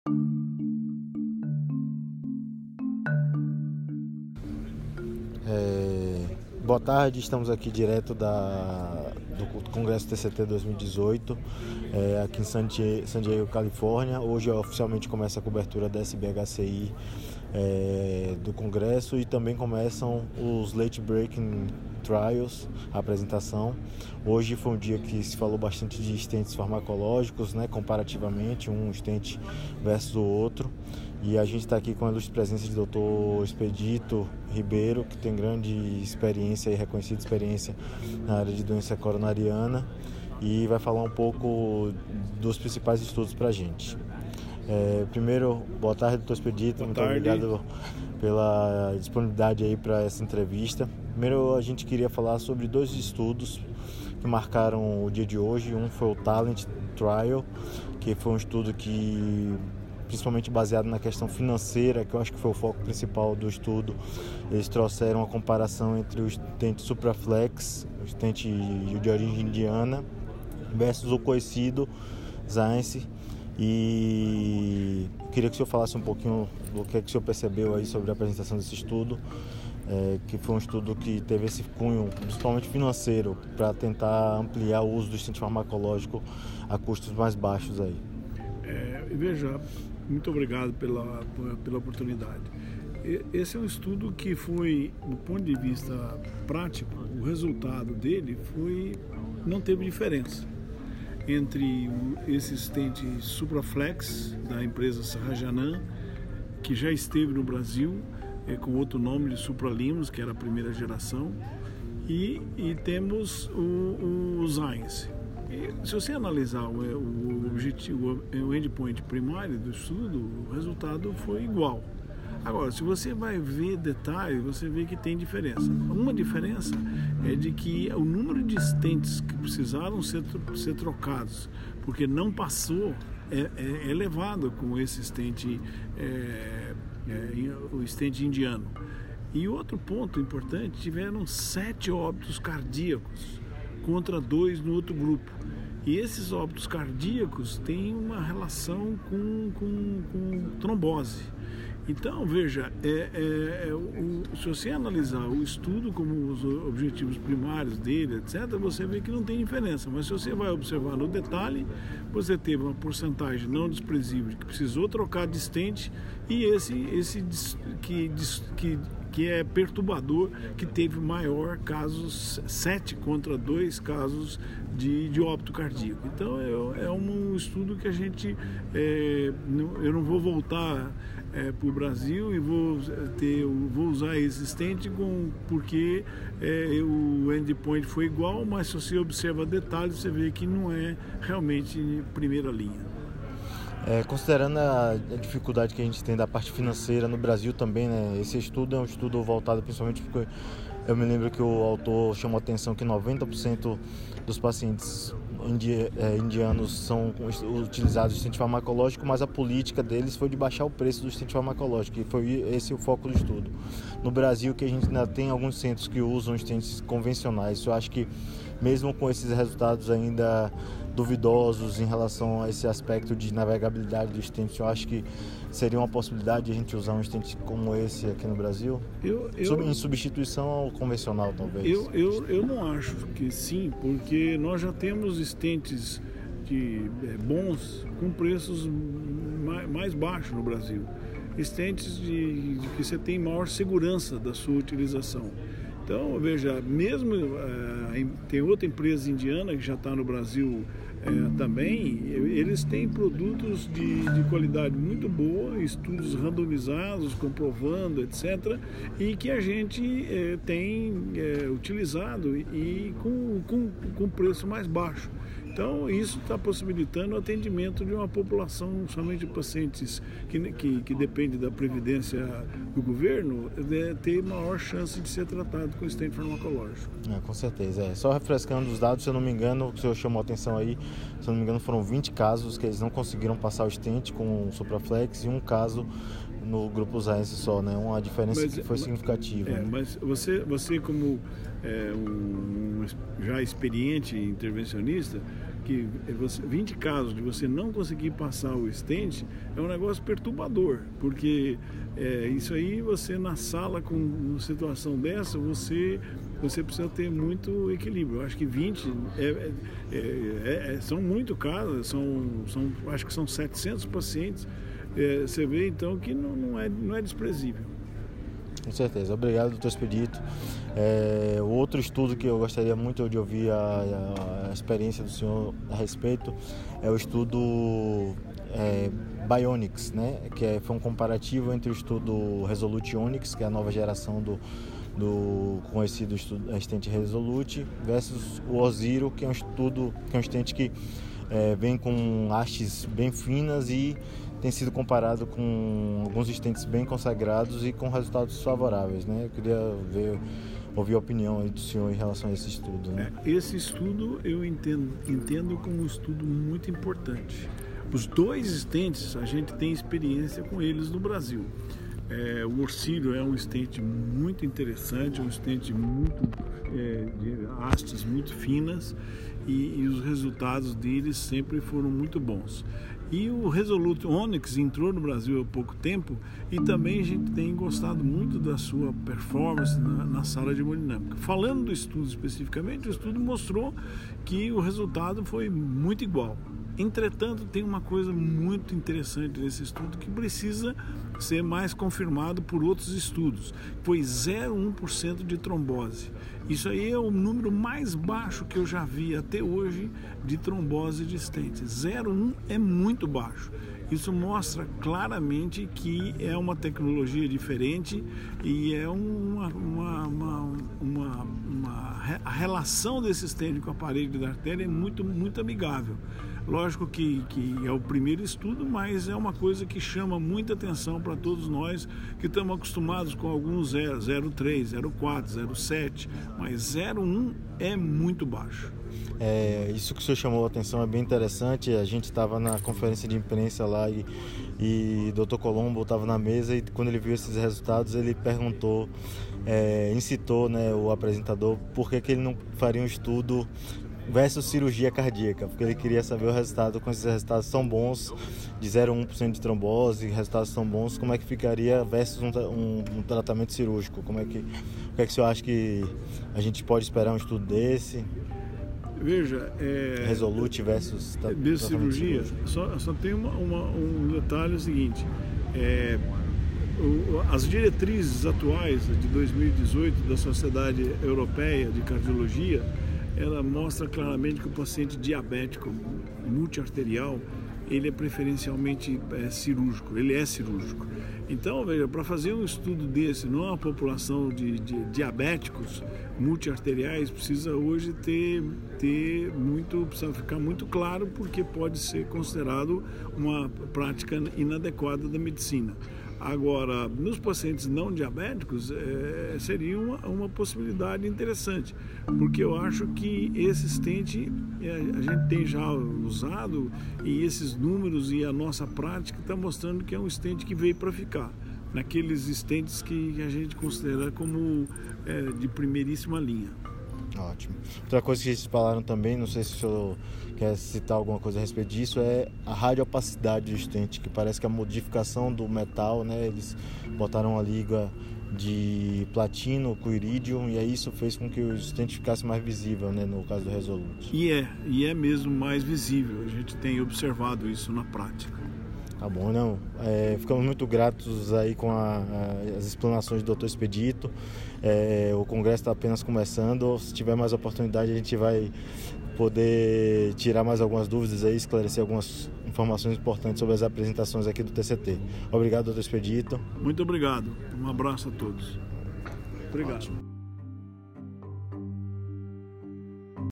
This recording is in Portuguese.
Boa tarde, estamos aqui direto do Congresso TCT 2018, aqui em San Diego, Califórnia. Hoje oficialmente começa a cobertura da SBHCI do Congresso e também começam os Late Breaking Trials, a apresentação. Hoje foi um dia que se falou bastante de stents farmacológicos, comparativamente, um stent versus o outro. E a gente está aqui com a ilustre presença de Dr. Expedito Ribeiro, que tem grande experiência e reconhecida experiência na área de doença coronariana, e vai falar um pouco dos principais estudos para a gente. Primeiro, boa tarde, Dr. Expedito. Muito obrigado pela disponibilidade aí para essa entrevista. Primeiro, a gente queria falar sobre dois estudos que marcaram o dia de hoje. Um foi o Talent Trial, que foi um estudo que, principalmente baseado na questão financeira, que eu acho que foi o foco principal do estudo. Eles trouxeram uma comparação entre o stent Supraflex, o stent de origem indiana, versus o conhecido Zaince. E queria que o senhor falasse um pouquinho do que é que o senhor percebeu aí sobre a apresentação desse estudo, que foi um estudo que teve esse cunho, principalmente financeiro, para tentar ampliar o uso do stent farmacológico a custos mais baixos aí. Veja, muito obrigado pela oportunidade. Esse é um estudo que foi, do ponto de vista prático, o resultado dele não teve diferença entre esse stent Supraflex da empresa Sarajanam, que já esteve no Brasil com outro nome de Supralimos, que era a primeira geração, e temos o Zaince. Se você analisar o objetivo, o endpoint primário do estudo, o resultado foi igual. Agora, se você vai ver detalhes, você vê que tem diferença. Uma diferença é de que o número de stents que precisaram ser trocados, porque não passou, é elevado com esse stent, o stent indiano. E outro ponto importante, tiveram 7 óbitos cardíacos contra 2 no outro grupo. E esses óbitos cardíacos têm uma relação com trombose. Então, veja, se você analisar o estudo como os objetivos primários dele, etc., você vê que não tem diferença. Mas se você vai observar no detalhe, você teve uma porcentagem não desprezível que precisou trocar de stent e esse que é perturbador, que teve maior casos, 7 contra 2 casos de óbito cardíaco. Então é um estudo que a gente, eu não vou voltar para o Brasil e vou usar esse stent porque o endpoint foi igual, mas se você observa detalhes, você vê que não é realmente primeira linha. Considerando a dificuldade que a gente tem da parte financeira no Brasil também, esse estudo é um estudo voltado principalmente porque eu me lembro que o autor chamou a atenção que 90% dos pacientes indianos são utilizados de stent farmacológico, mas a política deles foi de baixar o preço do stent farmacológico, e foi esse o foco do estudo. No Brasil, que a gente ainda tem alguns centros que usam stents convencionais, eu acho que mesmo com esses resultados ainda duvidosos em relação a esse aspecto de navegabilidade do stent, eu acho que seria uma possibilidade de a gente usar um stent como esse aqui no Brasil? Em substituição ao convencional, talvez. Eu não acho que sim, porque nós já temos stents bons com preços mais baixos no Brasil. Stents que você tem maior segurança da sua utilização. Então, veja, mesmo tem outra empresa indiana que já está no Brasil também, eles têm produtos de qualidade muito boa, estudos randomizados, comprovando, etc., e que a gente tem utilizado e com preço mais baixo. Então, isso está possibilitando o atendimento de uma população, somente de pacientes que depende da previdência do governo, ter maior chance de ser tratado com stent farmacológico. Com certeza. Só refrescando os dados, se eu não me engano, o senhor chamou a atenção aí, se eu não me engano, foram 20 casos que eles não conseguiram passar o stent com o Supraflex e um caso no grupo Zaince só, uma diferença que foi significativa. Mas você como um já experiente intervencionista, que 20 casos de você não conseguir passar o stent é um negócio perturbador, porque isso aí você na sala com uma situação dessa, você precisa ter muito equilíbrio. Eu acho que 20 são muito casos, acho que são 700 pacientes. Você vê então que não é desprezível. Com certeza. Obrigado, doutor Expedito. Outro estudo que eu gostaria muito de ouvir a experiência do senhor a respeito é o estudo Bionics, né? Foi um comparativo entre o estudo Resolute Onyx, que é a nova geração do conhecido stent Resolute, versus o Oziro, que é um stent que vem com hastes bem finas e tem sido comparado com alguns stents bem consagrados e com resultados favoráveis, né? Eu queria ouvir a opinião aí do senhor em relação a esse estudo, né? Esse estudo eu entendo como um estudo muito importante. Os dois stents, a gente tem experiência com eles no Brasil. O Orsiro é um stent muito interessante, um stent de hastes muito finas e os resultados deles sempre foram muito bons. E o Resolute Onyx entrou no Brasil há pouco tempo e também a gente tem gostado muito da sua performance na sala de hemodinâmica. Falando do estudo especificamente, o estudo mostrou que o resultado foi muito igual. Entretanto, tem uma coisa muito interessante nesse estudo que precisa ser mais confirmado por outros estudos. Foi 0,1% de trombose. Isso aí é o número mais baixo que eu já vi até hoje de trombose de stent. 0,1 é muito baixo. Isso mostra claramente que é uma tecnologia diferente e é a relação desse stent com a parede da artéria é muito, muito amigável. Lógico que é o primeiro estudo, mas é uma coisa que chama muita atenção para todos nós que estamos acostumados com alguns 0,3, 0,4, 0,7, mas 0,1 é muito baixo. Isso que o senhor chamou a atenção é bem interessante. A gente estava na conferência de imprensa lá e o Dr. Colombo estava na mesa e quando ele viu esses resultados ele perguntou, incitou, né, o apresentador por que ele não faria um estudo versus cirurgia cardíaca, porque ele queria saber o resultado. Com esses resultados tão bons de 0,1% de trombose, resultados tão bons, como é que ficaria versus um tratamento cirúrgico? O que é que o senhor acha que a gente pode esperar um estudo desse? Veja, Resolute versus cirurgia, só tem um detalhe, é o seguinte, as diretrizes atuais de 2018 da Sociedade Europeia de Cardiologia, ela mostra claramente que o paciente diabético multiarterial, ele é preferencialmente cirúrgico, ele é cirúrgico. Então, veja, para fazer um estudo desse numa população de diabéticos multiarteriais, precisa hoje precisa ficar muito claro, porque pode ser considerado uma prática inadequada da medicina. Agora, nos pacientes não diabéticos, seria uma possibilidade interessante, porque eu acho que esse stent a gente tem já usado e esses números e a nossa prática está mostrando que é um stent que veio para ficar, naqueles stents que a gente considera como de primeiríssima linha. Ótimo. Outra coisa que vocês falaram também, não sei se o senhor quer citar alguma coisa a respeito disso, é a radiopacidade do stent, que parece que a modificação do metal, né, eles botaram uma liga de platino com irídio e aí isso fez com que o stent ficasse mais visível, né, no caso do Resolute. E é mesmo mais visível, a gente tem observado isso na prática. Tá bom, não. Ficamos muito gratos aí com as explanações do Dr. Expedito. O congresso está apenas começando. Se tiver mais oportunidade, a gente vai poder tirar mais algumas dúvidas aí, esclarecer algumas informações importantes sobre as apresentações aqui do TCT. Obrigado, Dr. Expedito. Muito obrigado. Um abraço a todos. Obrigado. Ótimo.